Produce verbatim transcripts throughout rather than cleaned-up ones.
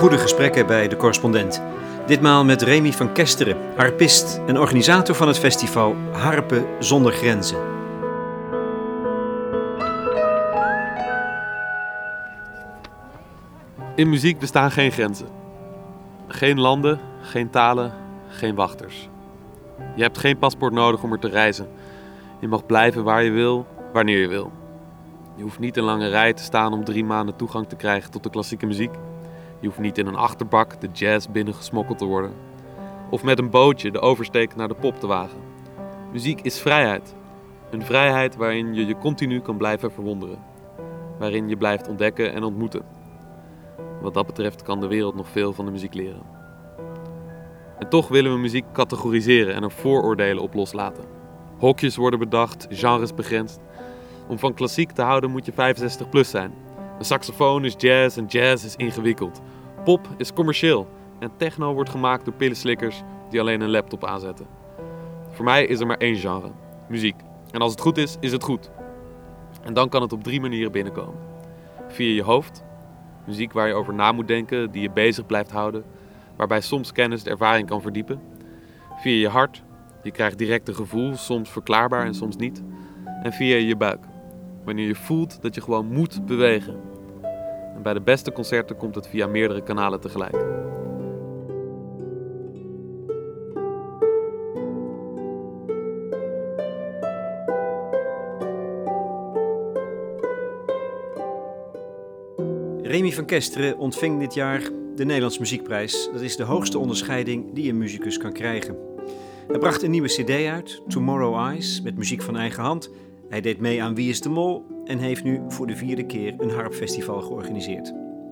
Goede gesprekken bij De Correspondent. Ditmaal met Remy van Kesteren, harpist en organisator van het festival Harpen zonder Grenzen. In muziek bestaan geen grenzen. Geen landen, geen talen, geen wachters. Je hebt geen paspoort nodig om er te reizen. Je mag blijven waar je wil, wanneer je wil. Je hoeft niet in lange rij te staan om drie maanden toegang te krijgen tot de klassieke muziek. Je hoeft niet in een achterbak de jazz binnengesmokkeld te worden. Of met een bootje de oversteek naar de pop te wagen. Muziek is vrijheid. Een vrijheid waarin je je continu kan blijven verwonderen. Waarin je blijft ontdekken en ontmoeten. Wat dat betreft kan de wereld nog veel van de muziek leren. En toch willen we muziek categoriseren en er vooroordelen op loslaten. Hokjes worden bedacht, genres begrensd. Om van klassiek te houden moet je vijfenzestig plus zijn. Een saxofoon is jazz en jazz is ingewikkeld. Pop is commercieel en techno wordt gemaakt door pillenslikkers die alleen een laptop aanzetten. Voor mij is er maar één genre, muziek. En als het goed is, is het goed. En dan kan het op drie manieren binnenkomen. Via je hoofd, muziek waar je over na moet denken, die je bezig blijft houden, waarbij soms kennis de ervaring kan verdiepen. Via je hart, je krijgt direct een gevoel, soms verklaarbaar en soms niet. En via je buik, wanneer je voelt dat je gewoon moet bewegen. En bij de beste concerten komt het via meerdere kanalen tegelijk. Remy van Kesteren ontving dit jaar de Nederlandse Muziekprijs. Dat is de hoogste onderscheiding die een muzikus kan krijgen. Hij bracht een nieuwe cd uit, Tomorrow Eyes, met muziek van eigen hand. Hij deed mee aan Wie is de Mol en heeft nu voor de vierde keer een harpfestival georganiseerd.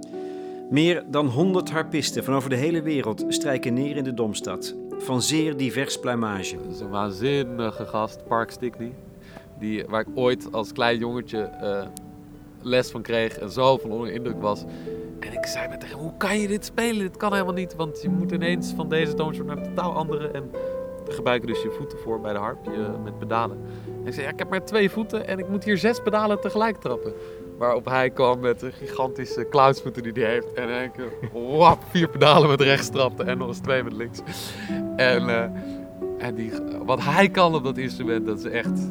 Meer dan honderd harpisten van over de hele wereld strijken neer in de Domstad. Van zeer divers pluimage. Dat is een waanzinnige gast, Park Stickney. Die, waar ik ooit als klein jongetje uh, les van kreeg en zo van onder indruk was. En ik zei met tegen hem, hoe kan je dit spelen? Dit kan helemaal niet, want je moet ineens van deze toonsoort naar een totaal andere. En daar gebruik je dus je voeten voor bij de harp, je, met pedalen. En ik zei, ja, ik heb maar twee voeten en ik moet hier zes pedalen tegelijk trappen. Waarop hij kwam met een gigantische clownsvoeten die hij heeft. En ik wap, vier pedalen met rechts trapte en nog eens twee met links. En, uh, en die, wat hij kan op dat instrument, dat is echt,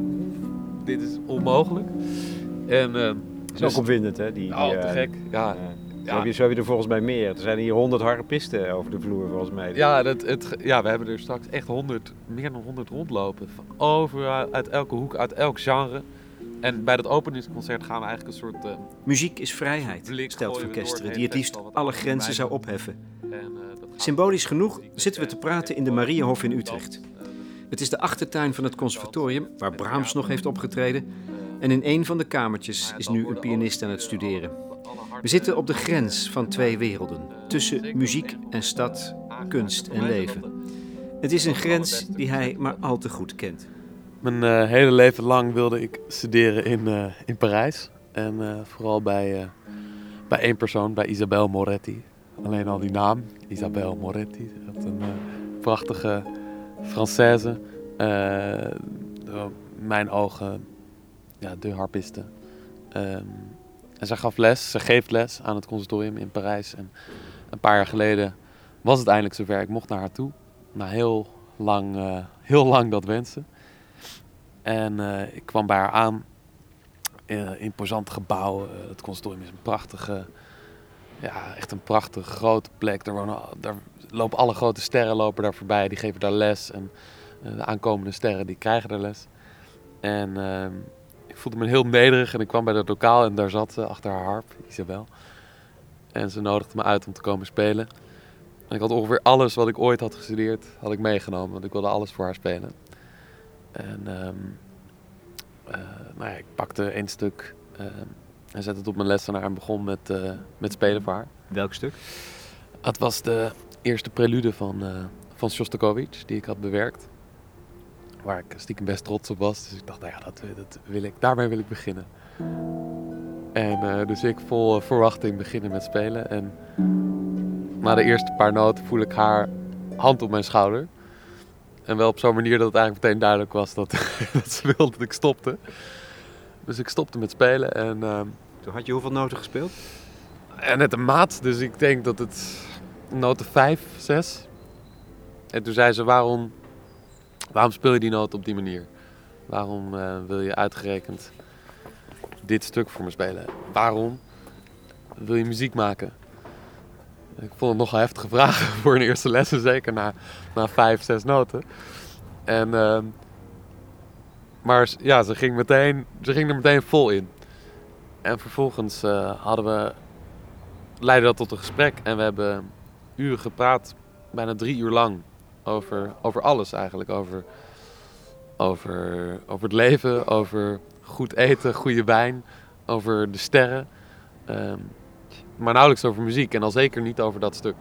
dit is onmogelijk. En, uh, dat is dus ook opwindend, hè? Die, oh, die, te uh, gek. Ja. Uh, Ja. Zo, heb je, zo heb je er volgens mij meer. Er zijn hier honderd harpisten over de vloer volgens mij. Ja, dat, het, ja, we hebben er straks echt honderd, meer dan honderd rondlopen. Van overal, uit elke hoek, uit elk genre. En bij dat openingsconcert gaan we eigenlijk een soort... Uh, Muziek is vrijheid, stelt Van Kesteren, die het liefst alle grenzen zou opheffen. En, uh, Symbolisch genoeg zitten we te praten in de Mariahof in Utrecht. Het is de achtertuin van het conservatorium, waar Brahms nog heeft opgetreden. En in een van de kamertjes is nu een pianist aan het studeren. We zitten op de grens van twee werelden, tussen muziek en stad, kunst en leven. Het is een grens die hij maar al te goed kent. Mijn uh, hele leven lang wilde ik studeren in, uh, in Parijs. En uh, vooral bij, uh, bij één persoon, bij Isabelle Moretti. Alleen al die naam, Isabelle Moretti. Dat een uh, prachtige Française. Uh, in mijn ogen, ja, de harpiste. Um, En zij gaf les, ze geeft les aan het conservatorium in Parijs. En een paar jaar geleden was het eindelijk zover. Ik mocht naar haar toe. Na heel lang, uh, heel lang dat wensen. En uh, ik kwam bij haar aan. In een imposant gebouw. Uh, het conservatorium is een prachtige, ja, echt een prachtige grote plek. Daar, wonen, daar lopen alle grote sterren lopen daar voorbij. Die geven daar les. En uh, de aankomende sterren die krijgen daar les. En... Uh, Ik voelde me heel nederig en ik kwam bij dat lokaal en daar zat ze achter haar harp, Isabel. En ze nodigde me uit om te komen spelen. En ik had ongeveer alles wat ik ooit had gestudeerd, had ik meegenomen, want ik wilde alles voor haar spelen. En um, uh, nou ja, ik pakte één stuk uh, en zette het op mijn lessenaar en begon met, uh, met spelen voor haar. Welk stuk? Het was de eerste prelude van, uh, van Shostakovich, die ik had bewerkt. Waar ik stiekem best trots op was. Dus ik dacht, nou ja, dat, dat wil ik, daarmee wil ik beginnen. En uh, dus ik vol uh, verwachting beginnen met spelen. En na de eerste paar noten voel ik haar hand op mijn schouder. En wel op zo'n manier dat het eigenlijk meteen duidelijk was dat, dat ze wilde dat ik stopte. Dus ik stopte met spelen. En, uh, Toen had je hoeveel noten gespeeld? en net een maat, dus ik denk dat het noten vijf, zes. En toen zei ze, waarom, waarom speel je die noot op die manier? Waarom uh, wil je uitgerekend dit stuk voor me spelen? Waarom wil je muziek maken? Ik vond het nogal heftige vragen voor een eerste lessen, zeker na, na vijf, zes noten. En, uh, maar ja, ze ging, meteen, ze ging er meteen vol in. En vervolgens uh, hadden we, leidde dat tot een gesprek. En we hebben uren gepraat, bijna drie uur lang, over, over alles eigenlijk. Over, over, over het leven, over goed eten, goede wijn, over de sterren. Um, maar nauwelijks over muziek en al zeker niet over dat stuk.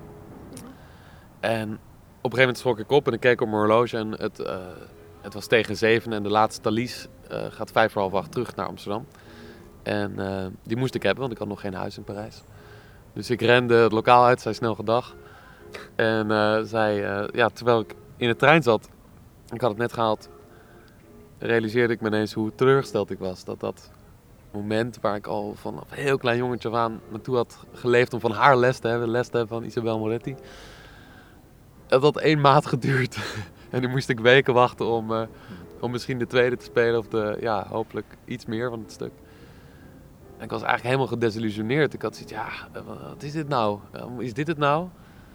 En op een gegeven moment schrok ik op en ik keek op mijn horloge en het, uh, het was tegen zeven en de laatste Thalys uh, gaat vijf voor half acht terug naar Amsterdam. En uh, die moest ik hebben, want ik had nog geen huis in Parijs. Dus ik rende het lokaal uit, zei snel gedag. En uh, zei, uh, ja, terwijl ik in de trein zat, ik had het net gehaald, realiseerde ik me ineens hoe teleurgesteld ik was. Dat dat moment waar ik al vanaf een heel klein jongetje aan naartoe had geleefd om van haar les te hebben, les te hebben van Isabelle Moretti. Dat had één maand geduurd. En nu moest ik weken wachten om, uh, om misschien de tweede te spelen of de, ja, hopelijk iets meer van het stuk. En ik was eigenlijk helemaal gedesillusioneerd. Ik had zoiets, ja, wat is dit nou? Is dit het nou?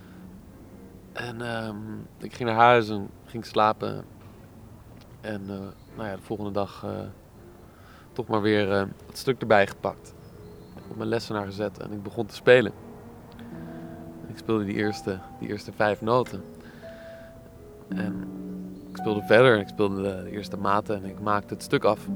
En um, ik ging naar huis en ging slapen. En uh, nou ja, de volgende dag uh, toch maar weer uh, het stuk erbij gepakt. Op mijn lessenaar gezet en ik begon te spelen. Ik speelde die eerste, die eerste vijf noten. En ik speelde verder, ik speelde de, de eerste maten en ik maakte het stuk af.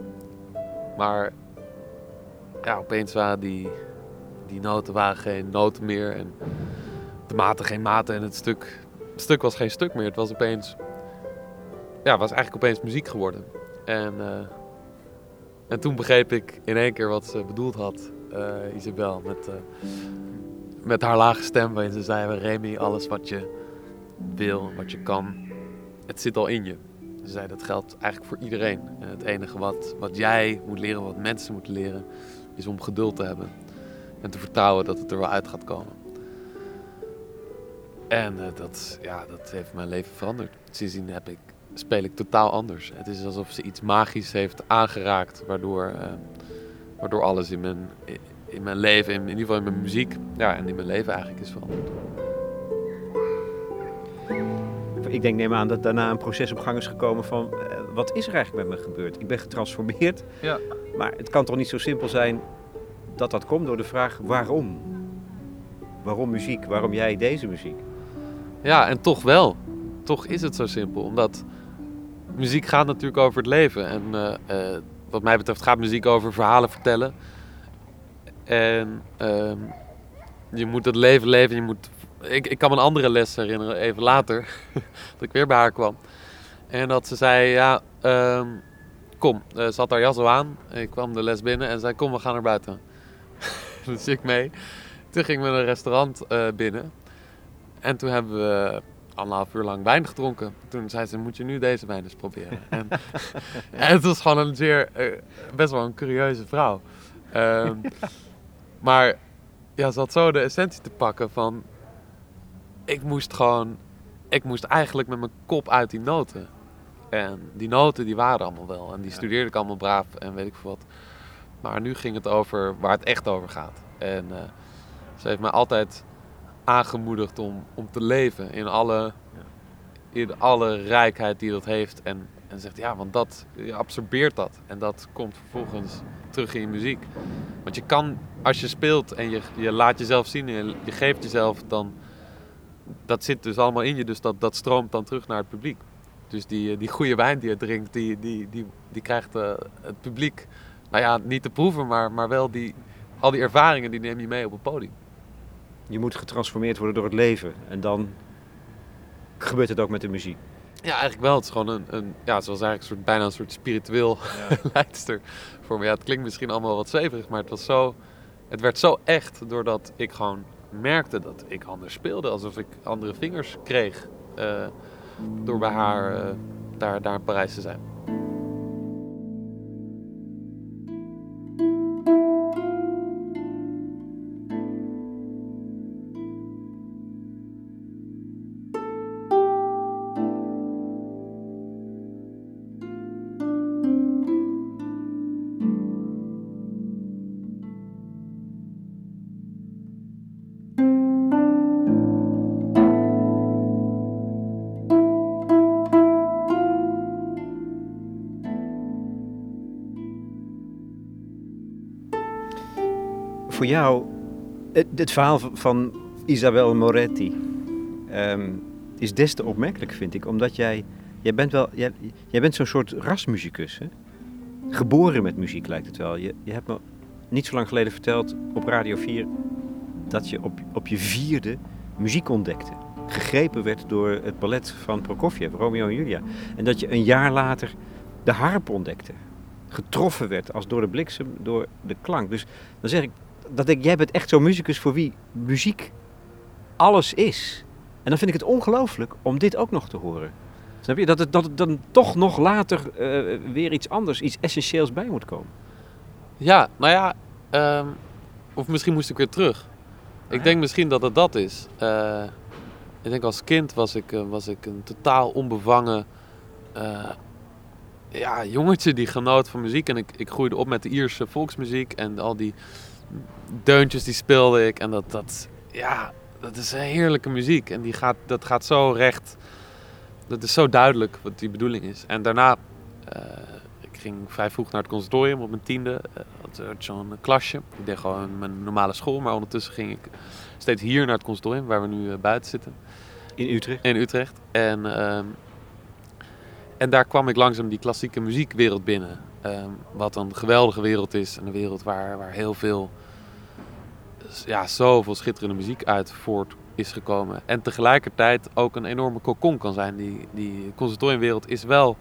Maar ja, opeens waren die, die noten waren geen noten meer en de maten geen maten en het stuk, het stuk was geen stuk meer. Het was opeens, ja, was eigenlijk opeens muziek geworden. En, uh, en toen begreep ik in één keer wat ze bedoeld had, uh, Isabelle, met, uh, met haar lage stem waarin ze zei, Remy, alles wat je wil, wat je kan, het zit al in je. Ze zei, dat geldt eigenlijk voor iedereen. En het enige wat, wat jij moet leren, wat mensen moeten leren, is om geduld te hebben. En te vertrouwen dat het er wel uit gaat komen. En uh, dat, ja, dat heeft mijn leven veranderd. Sindsdien heb ik, speel ik totaal anders. Het is alsof ze iets magisch heeft aangeraakt, waardoor, uh, waardoor alles in mijn, in mijn leven, in, in ieder geval in mijn muziek, ja, en in mijn leven eigenlijk is veranderd. Ik denk, neem aan dat daarna een proces op gang is gekomen van, uh, wat is er eigenlijk met me gebeurd? Ik ben getransformeerd, ja. Maar het kan toch niet zo simpel zijn dat dat komt door de vraag waarom? Waarom muziek? Waarom jij deze muziek? Ja, en toch wel. Toch is het zo simpel, omdat muziek gaat natuurlijk over het leven. En uh, uh, wat mij betreft gaat muziek over verhalen vertellen. En uh, je moet het leven leven, je moet... Ik, ik kan me een andere les herinneren, even later, dat ik weer bij haar kwam. En dat ze zei, ja, uh, kom, uh, ze had haar jas al aan. Ik kwam de les binnen en zei, kom, we gaan naar buiten. Dus ik mee. Toen gingen we een restaurant uh, binnen. En toen hebben we anderhalf uur lang wijn gedronken. Toen zei ze, moet je nu deze wijn eens proberen. en, en het was gewoon een zeer, uh, best wel een curieuze vrouw. Uh, maar ja, ze had zo de essentie te pakken van... Ik moest gewoon, ik moest eigenlijk met mijn kop uit die noten. En die noten die waren allemaal wel. En die studeerde ik allemaal braaf en weet ik veel wat. Maar nu ging het over waar het echt over gaat. En uh, ze heeft mij altijd aangemoedigd om, om te leven in alle, in alle rijkheid die dat heeft. En, en zegt ja, want dat, je absorbeert dat. En dat komt vervolgens terug in je muziek. Want je kan, als je speelt en je, je laat jezelf zien en je, je geeft jezelf, dan... Dat zit dus allemaal in je, dus dat, dat stroomt dan terug naar het publiek. Dus die, die goede wijn die je drinkt, die, die, die, die krijgt uh, het publiek, nou ja, niet te proeven, maar, maar wel die, al die ervaringen, die neem je mee op het podium. Je moet getransformeerd worden door het leven en dan gebeurt het ook met de muziek. Ja, eigenlijk wel. Het is gewoon een, een ja, zoals eigenlijk een soort, bijna een soort spiritueel ja. leidster voor me. Ja, het klinkt misschien allemaal wat zweverig, maar het was zo, het werd zo echt doordat ik gewoon merkte dat ik anders speelde, alsof ik andere vingers kreeg uh, door bij haar uh, daar, daar in Parijs te zijn. voor jou, het, het verhaal van Isabel Moretti um, is des te opmerkelijk, vind ik. Omdat jij, jij bent wel, jij, jij bent zo'n soort rasmusicus, hè? Geboren met muziek lijkt het wel. Je, je hebt me niet zo lang geleden verteld op Radio vier dat je op, op je vierde muziek ontdekte. Gegrepen werd door het ballet van Prokofjev, Romeo en Julia. En dat je een jaar later de harp ontdekte. Getroffen werd als door de bliksem, door de klank. Dus dan zeg ik, dat ik, jij bent echt zo'n muzikus voor wie muziek alles is. En dan vind ik het ongelooflijk om dit ook nog te horen. Snap je? Dat het, dat het dan toch nog later uh, weer iets anders, iets essentieels bij moet komen. Ja, nou ja, um, of misschien moest ik weer terug. Ik ja. denk misschien dat het dat is. Uh, ik denk als kind was ik, uh, was ik een totaal onbevangen uh, ja, jongetje die genoot van muziek. En ik, ik groeide op met de Ierse volksmuziek en al die deuntjes die speelde ik. En dat, dat, ja, dat is een heerlijke muziek. En die gaat, dat gaat zo recht. Dat is zo duidelijk wat die bedoeling is. En daarna, uh, ik ging vrij vroeg naar het conservatorium op mijn tiende. Uh, had zo'n klasje. Ik deed gewoon mijn normale school. Maar ondertussen ging ik steeds hier naar het conservatorium, waar we nu uh, buiten zitten. In Utrecht? In Utrecht. En, uh, en daar kwam ik langzaam die klassieke muziekwereld binnen. Uh, wat een geweldige wereld is. En een wereld waar, waar heel veel, ja, zoveel schitterende muziek uit voort is gekomen. En tegelijkertijd ook een enorme cocon kan zijn. Die, die conservatoriumwereld is wel...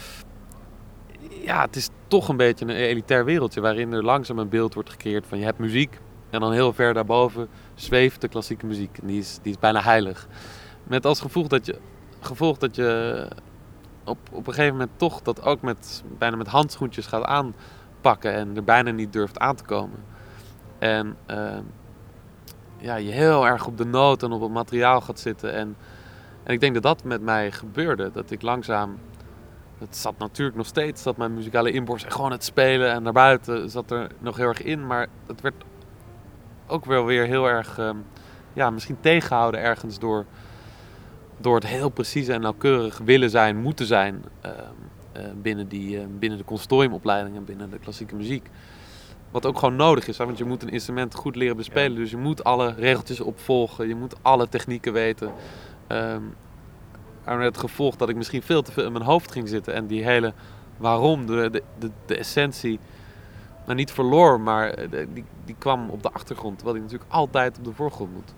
Ja, het is toch een beetje een elitair wereldje waarin er langzaam een beeld wordt gecreëerd van je hebt muziek en dan heel ver daarboven zweeft de klassieke muziek. En die is, die is bijna heilig. Met als gevolg dat je, gevolg dat je op, op een gegeven moment toch dat ook met, bijna met handschoentjes gaat aanpakken en er bijna niet durft aan te komen. En... Uh, ja, je heel erg op de noot en op het materiaal gaat zitten. En, en ik denk dat dat met mij gebeurde. Dat ik langzaam... Het zat natuurlijk nog steeds, dat mijn muzikale inborst en gewoon het spelen en daarbuiten zat er nog heel erg in. Maar het werd ook wel weer heel erg, um, ja, misschien tegengehouden ergens door, door het heel precieze en nauwkeurig willen zijn, moeten zijn uh, uh, binnen, die, uh, binnen de conservatoriumopleiding en binnen de klassieke muziek. Wat ook gewoon nodig is, hè? Want je moet een instrument goed leren bespelen. Ja. Dus je moet alle regeltjes opvolgen, je moet alle technieken weten. Um, en het gevolg dat ik misschien veel te veel in mijn hoofd ging zitten. En die hele waarom, de, de, de, de essentie, nou niet verloor, maar de, die, die kwam op de achtergrond. Terwijl die natuurlijk altijd op de voorgrond moet.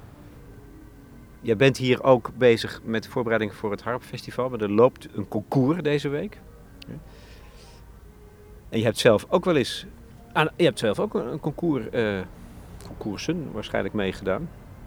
Jij bent hier ook bezig met de voorbereiding voor het Harpfestival. Maar er loopt een concours deze week. En je hebt zelf ook wel eens... Ah, je hebt zelf ook een concours, uh, concoursen waarschijnlijk meegedaan.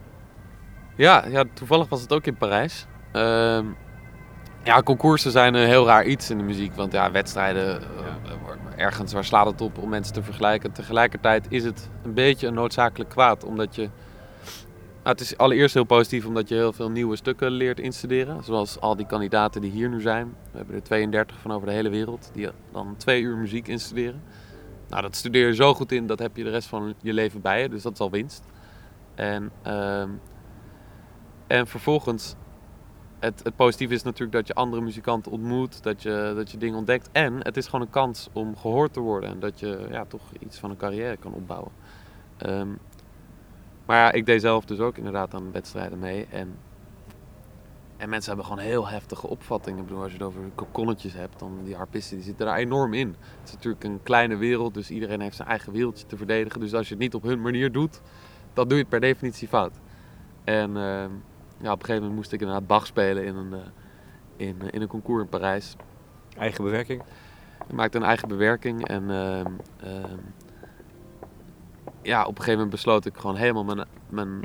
Ja, ja, toevallig was het ook in Parijs. Uh, ja, concoursen zijn een heel raar iets in de muziek. Want ja, wedstrijden, uh, ergens waar slaat het op om mensen te vergelijken. Tegelijkertijd is het een beetje een noodzakelijk kwaad. Omdat je... Nou, het is allereerst heel positief omdat je heel veel nieuwe stukken leert instuderen. Zoals al die kandidaten die hier nu zijn. We hebben er tweeëndertig van over de hele wereld. Die dan twee uur muziek instuderen. Nou, dat studeer je zo goed in, dat heb je de rest van je leven bij je. Dus dat is al winst. En, uh, en vervolgens, het, het positieve is natuurlijk dat je andere muzikanten ontmoet. Dat je, dat je dingen ontdekt. En het is gewoon een kans om gehoord te worden. En dat je ja, toch iets van een carrière kan opbouwen. Um, maar ja, ik deed zelf dus ook inderdaad aan wedstrijden mee. En, en mensen hebben gewoon heel heftige opvattingen. Ik bedoel, als je het over kokonnetjes hebt, dan die harpisten die zitten daar enorm in. Het is natuurlijk een kleine wereld, dus iedereen heeft zijn eigen wereldje te verdedigen. Dus als je het niet op hun manier doet, dan doe je het per definitie fout. En uh, ja, op een gegeven moment moest ik inderdaad Bach spelen in een, uh, in, uh, in een concours in Parijs. Eigen bewerking? Ik maakte een eigen bewerking en... Uh, uh, ja, op een gegeven moment besloot ik gewoon helemaal mijn... mijn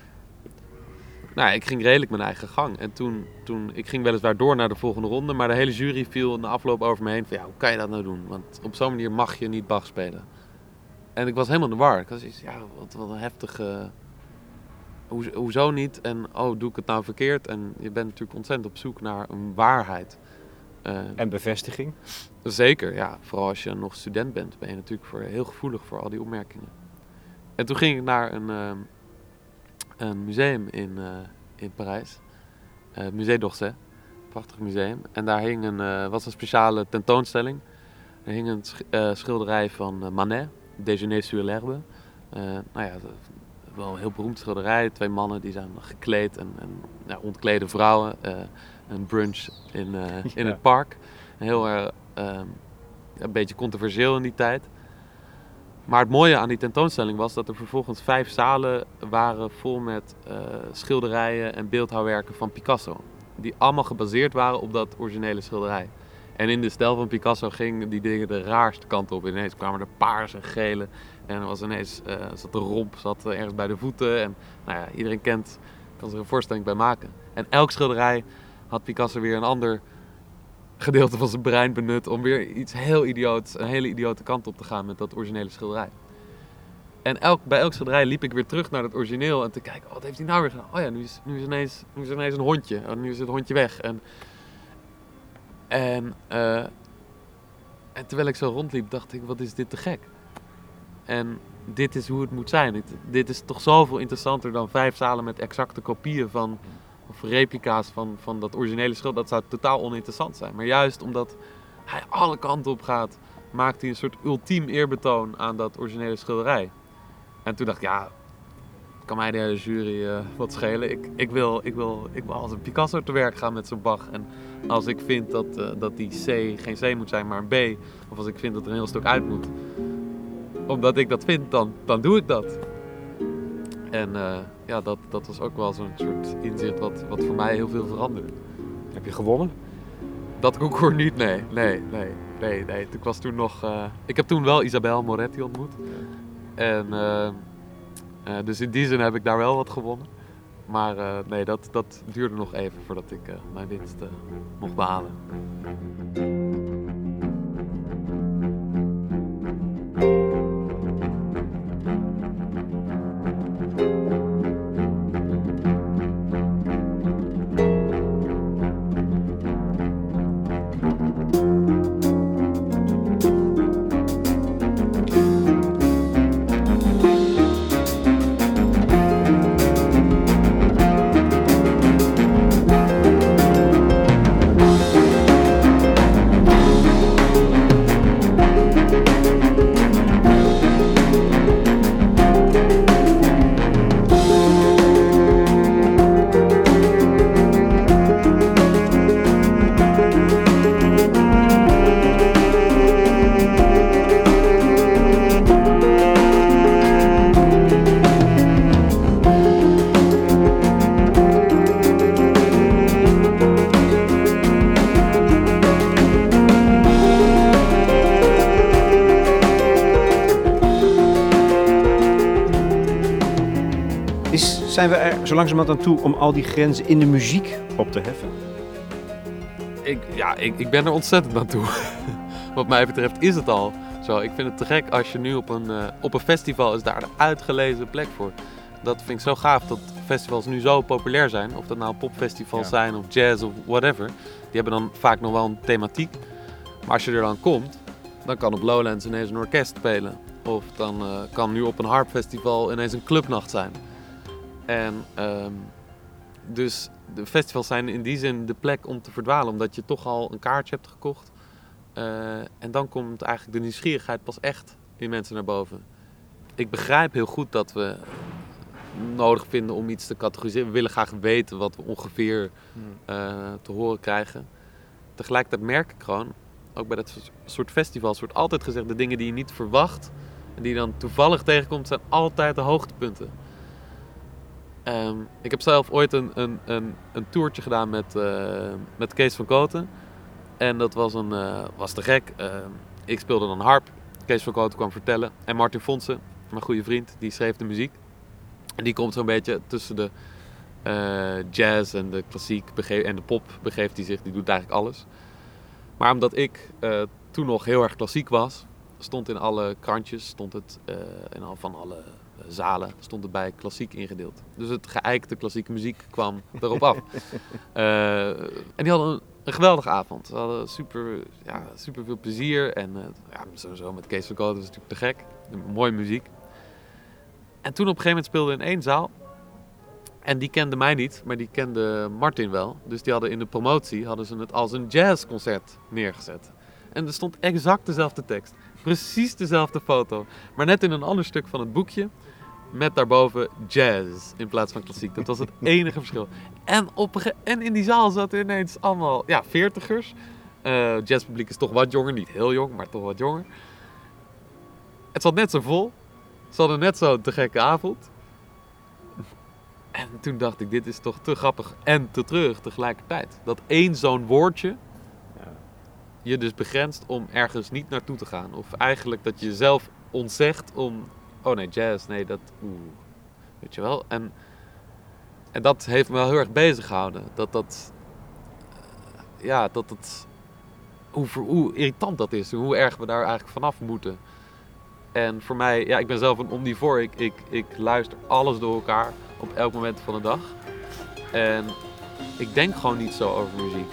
nou, ik ging redelijk mijn eigen gang. En toen, toen, ik ging weliswaar door naar de volgende ronde, maar de hele jury viel na afloop over me heen van ja, hoe kan je dat nou doen? Want op zo'n manier mag je niet Bach spelen. En ik was helemaal in de war. Ik was iets, ja, wat, wat een heftige... Hoe, hoezo niet? En oh, doe ik het nou verkeerd? En je bent natuurlijk ontzettend op zoek naar een waarheid. Uh, en bevestiging? Zeker, ja. Vooral als je nog student bent, ben je natuurlijk voor, heel gevoelig voor al die opmerkingen. En toen ging ik naar een, uh, een museum in, uh, in Parijs. Uh, Musée d'Orsay. Prachtig museum. En daar hing een, uh, was een speciale tentoonstelling. Er hing een sch- uh, schilderij van uh, Manet, Déjeuner sur l'herbe. Uh, nou ja, wel een heel beroemd schilderij. Twee mannen die zijn gekleed en, en ja, ontklede vrouwen. Uh, een brunch in, uh, ja. in het park. Heel erg uh, een beetje controversieel in die tijd. Maar het mooie aan die tentoonstelling was dat er vervolgens vijf zalen waren vol met uh, schilderijen en beeldhouwwerken van Picasso. Die allemaal gebaseerd waren op dat originele schilderij. En in de stijl van Picasso gingen die dingen de raarste kant op. Ineens kwamen er paars en gele. En er was ineens, uh, zat de romp zat ergens bij de voeten. En nou ja, iedereen kent, kan zich een voorstelling bij maken. En elk schilderij had Picasso weer een ander gedeelte van zijn brein benut om weer iets heel idioots, een hele idiote kant op te gaan met dat originele schilderij. En elk, bij elk schilderij liep ik weer terug naar het origineel en te kijken, oh, wat heeft hij nou weer gedaan? Oh ja, nu is, nu is, ineens, nu is ineens een hondje. Oh, nu is het hondje weg. En, en, uh, en terwijl ik zo rondliep, dacht ik, wat is dit te gek? En dit is hoe het moet zijn. Dit, dit is toch zoveel interessanter dan vijf zalen met exacte kopieën van, of replica's van, van dat originele schilderij. Dat zou totaal oninteressant zijn. Maar juist omdat hij alle kanten op gaat, maakt hij een soort ultiem eerbetoon aan dat originele schilderij. En toen dacht ik, ja, kan mij de hele jury uh, wat schelen. Ik, ik, wil, ik, wil, ik wil als een Picasso te werk gaan met zijn Bach. En als ik vind dat, uh, dat die C geen C moet zijn, maar een B. Of als ik vind dat er een heel stuk uit moet. Omdat ik dat vind, dan, dan doe ik dat. En uh, ja, dat, dat was ook wel zo'n soort inzicht wat, wat voor mij heel veel veranderde. Heb je gewonnen? Dat concours niet, nee. Nee, nee, nee, nee. Ik was toen nog... Uh, ik heb toen wel Isabelle Moretti ontmoet. En uh, uh, dus in die zin heb ik daar wel wat gewonnen. Maar uh, nee, dat, dat duurde nog even voordat ik uh, mijn winst uh, mocht behalen. Zijn we er zo langzamerhand aan toe om al die grenzen in de muziek op te heffen? Ik, ja, ik, ik ben er ontzettend aan toe. Wat mij betreft is het al zo. Ik vind het te gek als je nu op een, uh, op een festival is daar de uitgelezen plek voor. Dat vind ik zo gaaf dat festivals nu zo populair zijn. Of dat nou popfestivals ja. zijn of jazz of whatever. Die hebben dan vaak nog wel een thematiek. Maar als je er dan komt, dan kan op Lowlands ineens een orkest spelen. Of dan uh, kan nu op een harpfestival ineens een clubnacht zijn. En um, dus de festivals zijn in die zin de plek om te verdwalen, omdat je toch al een kaartje hebt gekocht. Uh, en dan komt eigenlijk de nieuwsgierigheid pas echt in mensen naar boven. Ik begrijp heel goed dat we nodig vinden om iets te categoriseren. We willen graag weten wat we ongeveer uh, te horen krijgen. Tegelijkertijd merk ik gewoon, ook bij dat soort festivals wordt altijd gezegd, de dingen die je niet verwacht en die je dan toevallig tegenkomt, zijn altijd de hoogtepunten. Um, ik heb zelf ooit een, een, een, een toertje gedaan met, uh, met Kees van Kooten. En dat was, een, uh, was te gek. Uh, ik speelde dan harp. Kees van Kooten kwam vertellen. En Martin Fonsen, mijn goede vriend, die schreef de muziek. En die komt zo'n beetje tussen de uh, jazz en de klassiek bege- en de pop begeeft hij zich. Die doet eigenlijk alles. Maar omdat ik uh, toen nog heel erg klassiek was, stond in alle krantjes, stond het uh, in al van alle zalen, stond het bij klassiek ingedeeld. Dus het geëikte klassieke muziek kwam erop af. uh, en die hadden een, een geweldige avond. Ze hadden super, ja, super veel plezier. En uh, ja, sowieso met Kees van Kooten was het natuurlijk te gek. Mooie muziek. En toen op een gegeven moment speelde in één zaal. En die kende mij niet, maar die kende Martin wel. Dus die hadden in de promotie hadden ze het als een jazzconcert neergezet. En er stond exact dezelfde tekst. Precies dezelfde foto. Maar net in een ander stuk van het boekje. Met daarboven jazz in plaats van klassiek. Dat was het enige verschil. En, op, ge- en in die zaal zaten ineens allemaal ja, veertigers. Uh, jazzpubliek is toch wat jonger. Niet heel jong, maar toch wat jonger. Het zat net zo vol. Ze hadden net zo te gekke avond. En toen dacht ik, dit is toch te grappig en te treurig tegelijkertijd. Dat één zo'n woordje je dus begrenst om ergens niet naartoe te gaan. Of eigenlijk dat je jezelf ontzegt om... Oh nee, jazz, nee, dat... Oeh, weet je wel? En, en dat heeft me wel heel erg bezig gehouden. Dat dat... Uh, ja, dat dat... Hoe, hoe irritant dat is. Hoe erg we daar eigenlijk vanaf moeten. En voor mij... Ja, ik ben zelf een omnivoor. Ik, ik, ik luister alles door elkaar op elk moment van de dag. En ik denk gewoon niet zo over muziek.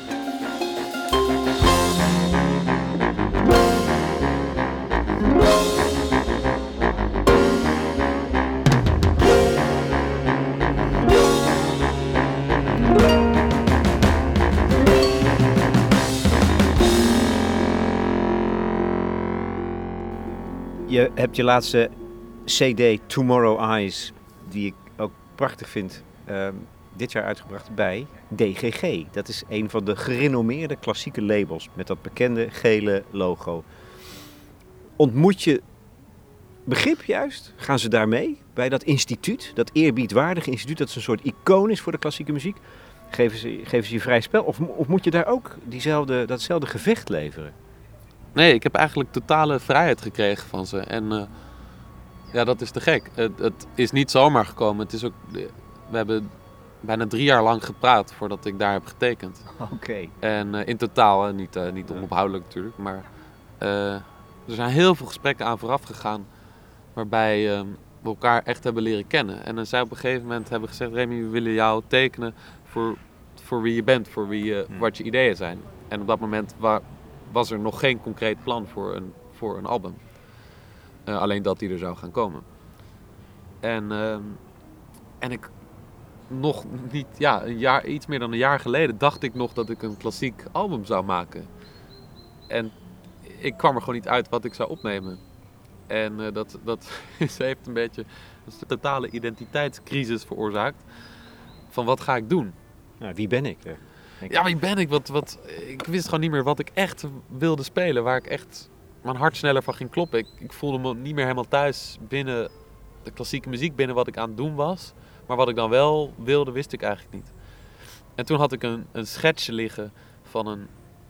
Je hebt je laatste C D Tomorrow Eyes, die ik ook prachtig vind, uh, dit jaar uitgebracht bij D G G. Dat is een van de gerenommeerde klassieke labels met dat bekende gele logo. Ontmoet je begrip juist? Gaan ze daarmee bij dat instituut, dat eerbiedwaardige instituut, dat is een soort icoon is voor de klassieke muziek? Geven ze, geven ze je vrij spel? Of, of moet je daar ook diezelfde, datzelfde gevecht leveren? Nee, ik heb eigenlijk totale vrijheid gekregen van ze. En uh, ja, dat is te gek. Het, het is niet zomaar gekomen. Het is ook, we hebben bijna drie jaar lang gepraat voordat ik daar heb getekend. Oké. Okay. En uh, in totaal, hè, niet, uh, niet onophoudelijk natuurlijk. Maar uh, er zijn heel veel gesprekken aan vooraf gegaan. Waarbij uh, we elkaar echt hebben leren kennen. En dan zij op een gegeven moment hebben gezegd... Remy, we willen jou tekenen voor, voor wie je bent. Voor wie je, hmm. wat je ideeën zijn. En op dat moment... Waar, was er nog geen concreet plan voor een, voor een album. Uh, alleen dat die er zou gaan komen. En, uh, en ik nog niet, ja, een jaar, iets meer dan een jaar geleden dacht ik nog dat ik een klassiek album zou maken. En ik kwam er gewoon niet uit wat ik zou opnemen. En uh, dat, dat heeft een beetje een totale identiteitscrisis veroorzaakt. Van wat ga ik doen? Nou, wie ben ik? Ja, wie ben ik? Wat, wat, ik wist gewoon niet meer wat ik echt wilde spelen. Waar ik echt mijn hart sneller van ging kloppen. Ik, ik voelde me niet meer helemaal thuis binnen de klassieke muziek. Binnen wat ik aan het doen was. Maar wat ik dan wel wilde, wist ik eigenlijk niet. En toen had ik een, een schetsje liggen van een...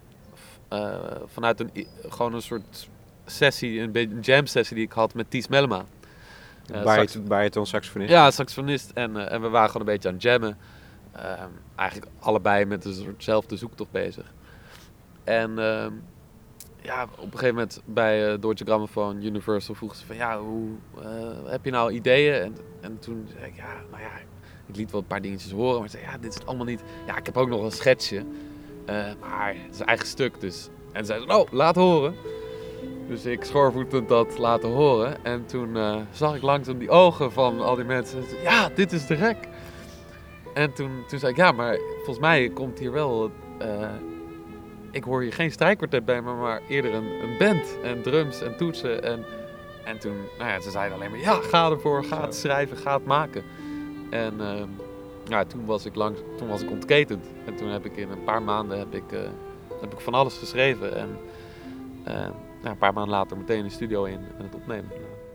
Uh, vanuit een, gewoon een soort sessie, een, een jam sessie die ik had met Ties Mellema. Uh, Bariton, bariton saxofonist. Ja, saxofonist. En, uh, en we waren gewoon een beetje aan het jammen. Uh, eigenlijk allebei met een soortzelfde zoektocht bezig. En uh, ja, op een gegeven moment bij uh, Deutsche Grammophon, Universal vroeg ze van ja, hoe uh, heb je nou ideeën? En, en toen zei ik ja, nou ja, ik liet wel een paar dingetjes horen, maar zei ja, dit is allemaal niet. Ja, ik heb ook nog een schetsje, uh, maar het is een eigen stuk dus. En zei ze, oh, laat horen. Dus ik schoorvoetend dat laten horen. En toen uh, zag ik langzaam die ogen van al die mensen. Ja, dit is te gek. En toen, toen zei ik, ja, maar volgens mij komt hier wel... Uh, ik hoor hier geen strijkkwartet bij me, maar eerder een, een band. En drums en toetsen. En, en toen, nou ja, ze zeiden alleen maar, ja, ga ervoor, ga het schrijven, ga het maken. En uh, ja, toen was ik langs, toen was ik ontketend. En toen heb ik in een paar maanden heb ik, uh, heb ik van alles geschreven. En uh, nou, een paar maanden later meteen de studio in en het opnemen.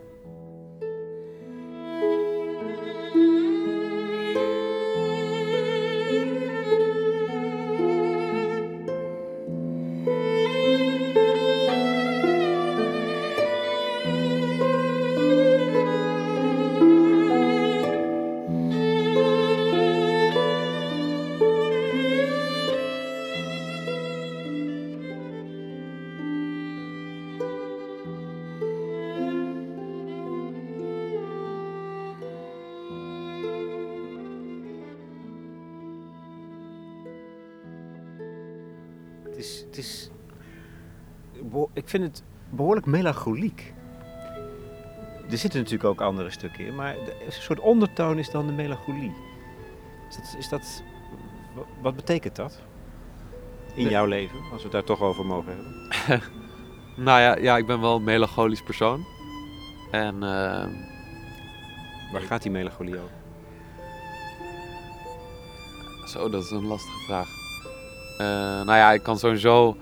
Het is, het is, ik vind het behoorlijk melancholiek. Er zitten natuurlijk ook andere stukken in, maar een soort ondertoon is dan de melancholie. Is dat, is dat, wat betekent dat in jouw leven, als we het daar toch over mogen hebben? Nou ja, ja, ik ben wel een melancholisch persoon. En... Uh, Waar gaat die melancholie over? Zo, dat is een lastige vraag. Uh, nou ja, ik kan sowieso...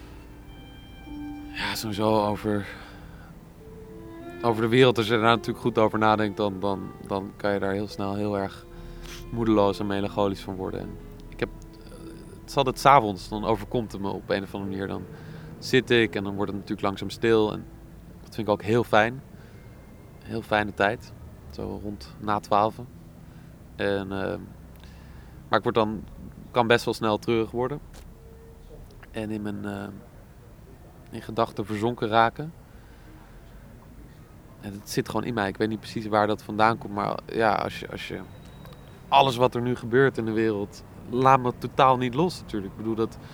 Ja, sowieso over... Over de wereld, als je daar natuurlijk goed over nadenkt, dan, dan, dan kan je daar heel snel heel erg moedeloos en melancholisch van worden. En ik heb... Het is altijd 's avonds, dan overkomt het me op een of andere manier. Dan zit ik en dan wordt het natuurlijk langzaam stil. En dat vind ik ook heel fijn. Een heel fijne tijd. Zo rond na twaalf. En... Uh, Maar ik word dan, kan best wel snel treurig worden. En in mijn uh, in gedachten verzonken raken. En het zit gewoon in mij. Ik weet niet precies waar dat vandaan komt. Maar ja, als je, als je... Alles wat er nu gebeurt in de wereld... Laat me totaal niet los natuurlijk. Ik bedoel dat...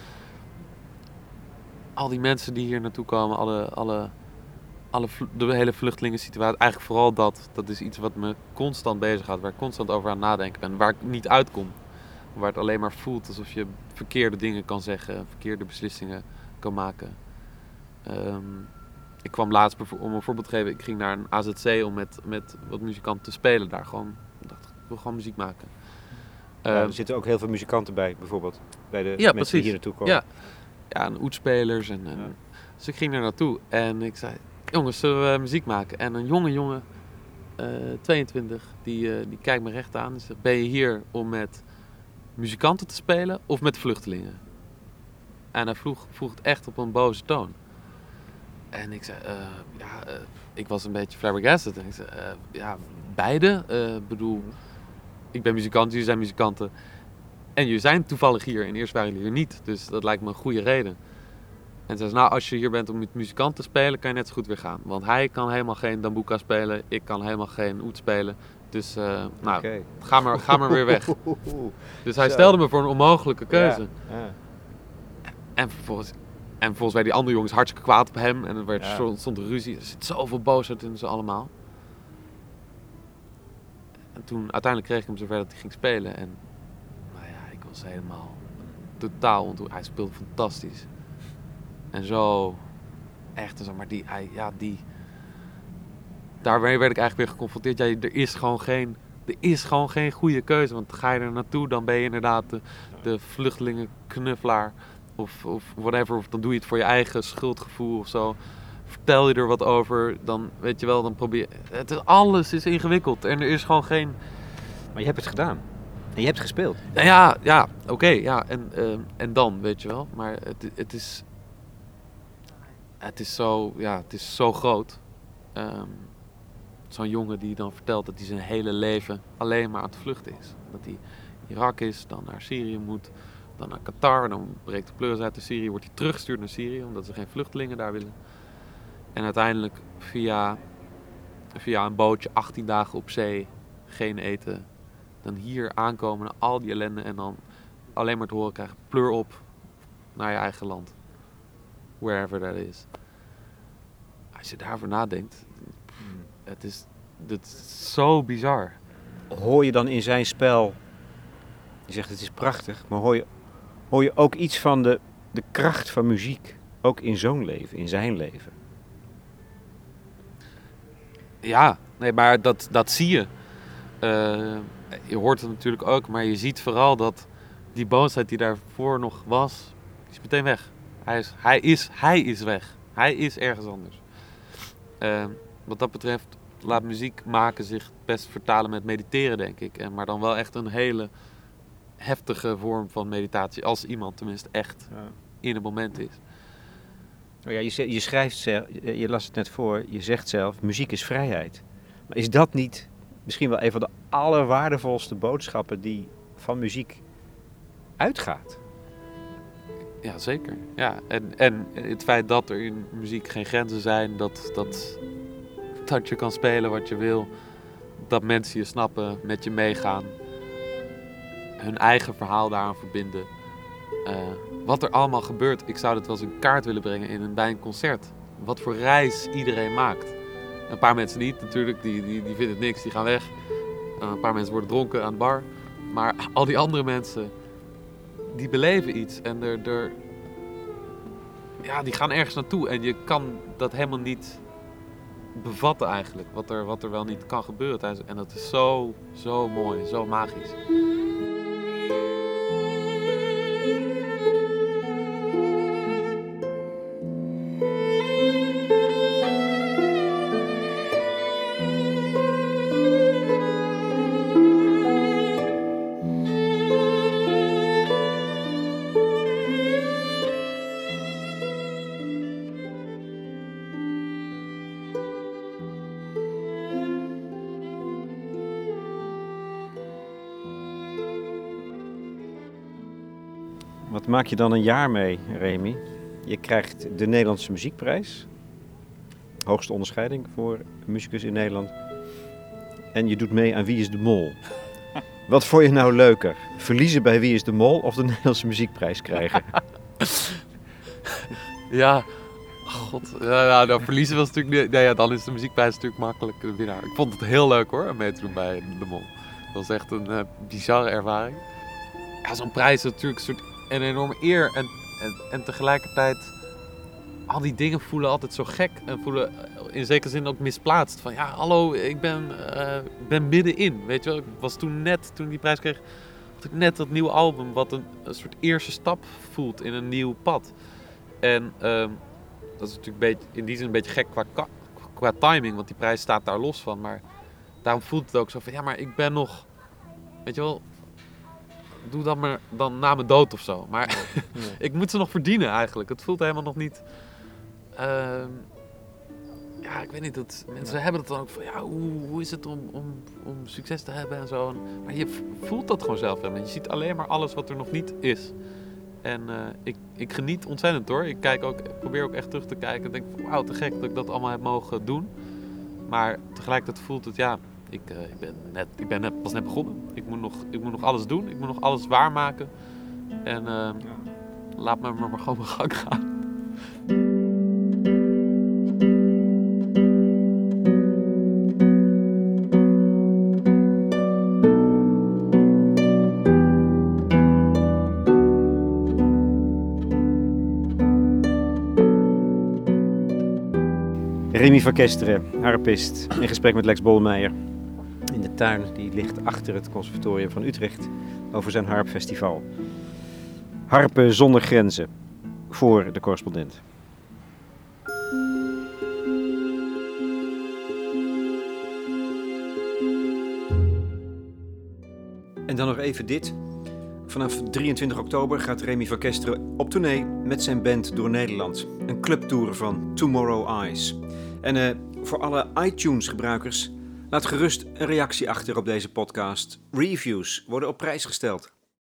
Al die mensen die hier naartoe komen... Alle, alle, alle, de hele vluchtelingensituatie... Eigenlijk vooral dat. Dat is iets wat me constant bezighoudt. Waar ik constant over aan het nadenken ben. Waar ik niet uitkom. Waar het alleen maar voelt alsof je verkeerde dingen kan zeggen, verkeerde beslissingen kan maken. Um, ik kwam laatst, om een voorbeeld te geven, ik ging naar een A Z C om met, met wat muzikanten te spelen daar. Gewoon, ik dacht, ik wil gewoon muziek maken. Ja, um, er zitten ook heel veel muzikanten bij, bijvoorbeeld, bij de ja, mensen precies. die hier naartoe komen. Ja, ja en oudspelers. En, en, ja. Dus ik ging daar naartoe en ik zei, jongens, zullen we muziek maken? En een jonge jongen, uh, tweeëntwintig, die, uh, die kijkt me recht aan en zegt, ben je hier om met... muzikanten te spelen of met vluchtelingen? En hij vroeg, vroeg het echt op een boze toon. En ik zei, uh, ja, uh, ik was een beetje flabbergasted. En ik zei, uh, ja, beide. Ik uh, bedoel, ik ben muzikant, jullie zijn muzikanten. En jullie zijn toevallig hier en eerst waren jullie hier niet. Dus dat lijkt me een goede reden. En zei ze, nou, als je hier bent om met muzikanten te spelen, kan je net zo goed weer gaan. Want hij kan helemaal geen dambuka spelen, ik kan helemaal geen oud spelen. Dus, uh, nou, okay. ga, maar, ga maar weer weg. Dus hij stelde me voor een onmogelijke keuze. Ja, ja. En, vervolgens, en vervolgens werden die andere jongens hartstikke kwaad op hem. En er werd, ja. stond er ruzie. Er zit zoveel boosheid in ze allemaal. En toen uiteindelijk kreeg ik hem zover dat hij ging spelen. En nou ja, ik was helemaal totaal ontroerd. Hij speelde fantastisch. En zo, echt, zo, maar die, hij, ja, die... Daarmee werd ik eigenlijk weer geconfronteerd. Ja, er is gewoon geen, er is gewoon geen goede keuze. Want ga je er naartoe, dan ben je inderdaad de, de vluchtelingenknuffelaar. Of, of whatever. Of dan doe je het voor je eigen schuldgevoel of zo. Vertel je er wat over, dan weet je wel, dan probeer het is, alles is ingewikkeld. En er is gewoon geen... Maar je hebt het gedaan. En je hebt gespeeld. Ja, ja, ja oké. Okay, ja. En, uh, en dan, weet je wel. Maar het, het is... Het is zo, ja, het is zo groot. Um, Zo'n jongen die dan vertelt dat hij zijn hele leven alleen maar aan het vluchten is. Dat hij Irak is, dan naar Syrië moet, dan naar Qatar. Dan breekt de pleuris uit de Syrië, wordt hij teruggestuurd naar Syrië, omdat ze geen vluchtelingen daar willen. En uiteindelijk via, via een bootje, achttien dagen op zee, geen eten. Dan hier aankomen naar al die ellende en dan alleen maar te horen krijgen, pleur op naar je eigen land. Wherever that is. Als je daarover nadenkt... Het is, het is zo bizar. Hoor je dan in zijn spel... Je zegt het is prachtig, maar hoor je, hoor je ook iets van de, de kracht van muziek? Ook in zo'n leven, in zijn leven? Ja, nee, maar dat, dat zie je. Uh, je hoort het natuurlijk ook, maar je ziet vooral dat die boosheid die daarvoor nog was, die is meteen weg. Hij is, hij is, hij is weg. Hij is ergens anders. Uh, wat dat betreft laat muziek maken zich best vertalen met mediteren, denk ik. En, maar dan wel echt een hele heftige vorm van meditatie. Als iemand tenminste echt ja. in het moment is. Oh ja, je, je schrijft zelf, je las het net voor, je zegt zelf, muziek is vrijheid. Maar is dat niet misschien wel een van de allerwaardevolste boodschappen die van muziek uitgaat? Ja, zeker. Ja, en, en het feit dat er in muziek geen grenzen zijn, dat, dat, dat je kan spelen wat je wil, dat mensen je snappen, met je meegaan, hun eigen verhaal daaraan verbinden. Uh, wat er allemaal gebeurt, ik zou dat wel eens in kaart willen brengen in een, bij een concert. Wat voor reis iedereen maakt. Een paar mensen niet natuurlijk, die, die, die vinden het niks, die gaan weg. Uh, een paar mensen worden dronken aan de bar. Maar al die andere mensen, die beleven iets. En er, er, ja, die gaan ergens naartoe en je kan dat helemaal niet bevatten eigenlijk. Wat er, wat er wel niet kan gebeuren. En dat is zo, zo mooi, zo magisch. Wat maak je dan een jaar mee, Remy? Je krijgt de Nederlandse Muziekprijs. Hoogste onderscheiding voor een muzikus in Nederland. En je doet mee aan Wie is de Mol. Wat vond je nou leuker? Verliezen bij Wie is de Mol of de Nederlandse Muziekprijs krijgen? Ja, god. Ja, ja, nou, verliezen was natuurlijk niet... Nee, ja, dan is de Muziekprijs natuurlijk makkelijk de winnaar. Ik vond het heel leuk hoor, om mee te doen bij de Mol. Dat was echt een uh, bizarre ervaring. Ja, zo'n prijs is natuurlijk een soort een enorme eer en, en, en tegelijkertijd al die dingen voelen altijd zo gek en voelen in zekere zin ook misplaatst. Van ja, hallo, ik ben, uh, ben middenin, weet je wel. Ik was toen net, toen ik die prijs kreeg, had ik net dat nieuwe album wat een, een soort eerste stap voelt in een nieuw pad. En uh, dat is natuurlijk een beetje, in die zin een beetje gek qua, qua timing, want die prijs staat daar los van. Maar daarom voelt het ook zo van ja, maar ik ben nog, weet je wel, doe dat maar dan na mijn dood of zo. Maar ja, ja. Ik moet ze nog verdienen eigenlijk. Het voelt helemaal nog niet... Uh, ja, ik weet niet. Dat, mensen ja. hebben het dan ook van... Ja, hoe, hoe is het om, om, om succes te hebben en zo. Maar je voelt dat gewoon zelf. Je ziet alleen maar alles wat er nog niet is. En uh, ik, ik geniet ontzettend hoor. Ik, kijk ook, ik probeer ook echt terug te kijken. En denk van wauw, te gek dat ik dat allemaal heb mogen doen. Maar tegelijkertijd voelt het ja... Ik, uh, ik, ben net, ik ben net, pas net begonnen. Ik moet, nog, ik moet nog alles doen. Ik moet nog alles waarmaken. En uh, ja. laat me maar, maar gewoon mijn gang gaan. Remy van Kesteren, harpist, in gesprek met Lex Bolmeijer. In de tuin die ligt achter het Conservatorium van Utrecht over zijn harpfestival. Harpen zonder grenzen, voor de correspondent. En dan nog even dit. Vanaf drieëntwintig oktober gaat Remy van Kesteren op tournee met zijn band door Nederland. Een clubtour van Tomorrow Eyes. En uh, voor alle iTunes-gebruikers... laat gerust een reactie achter op deze podcast. Reviews worden op prijs gesteld.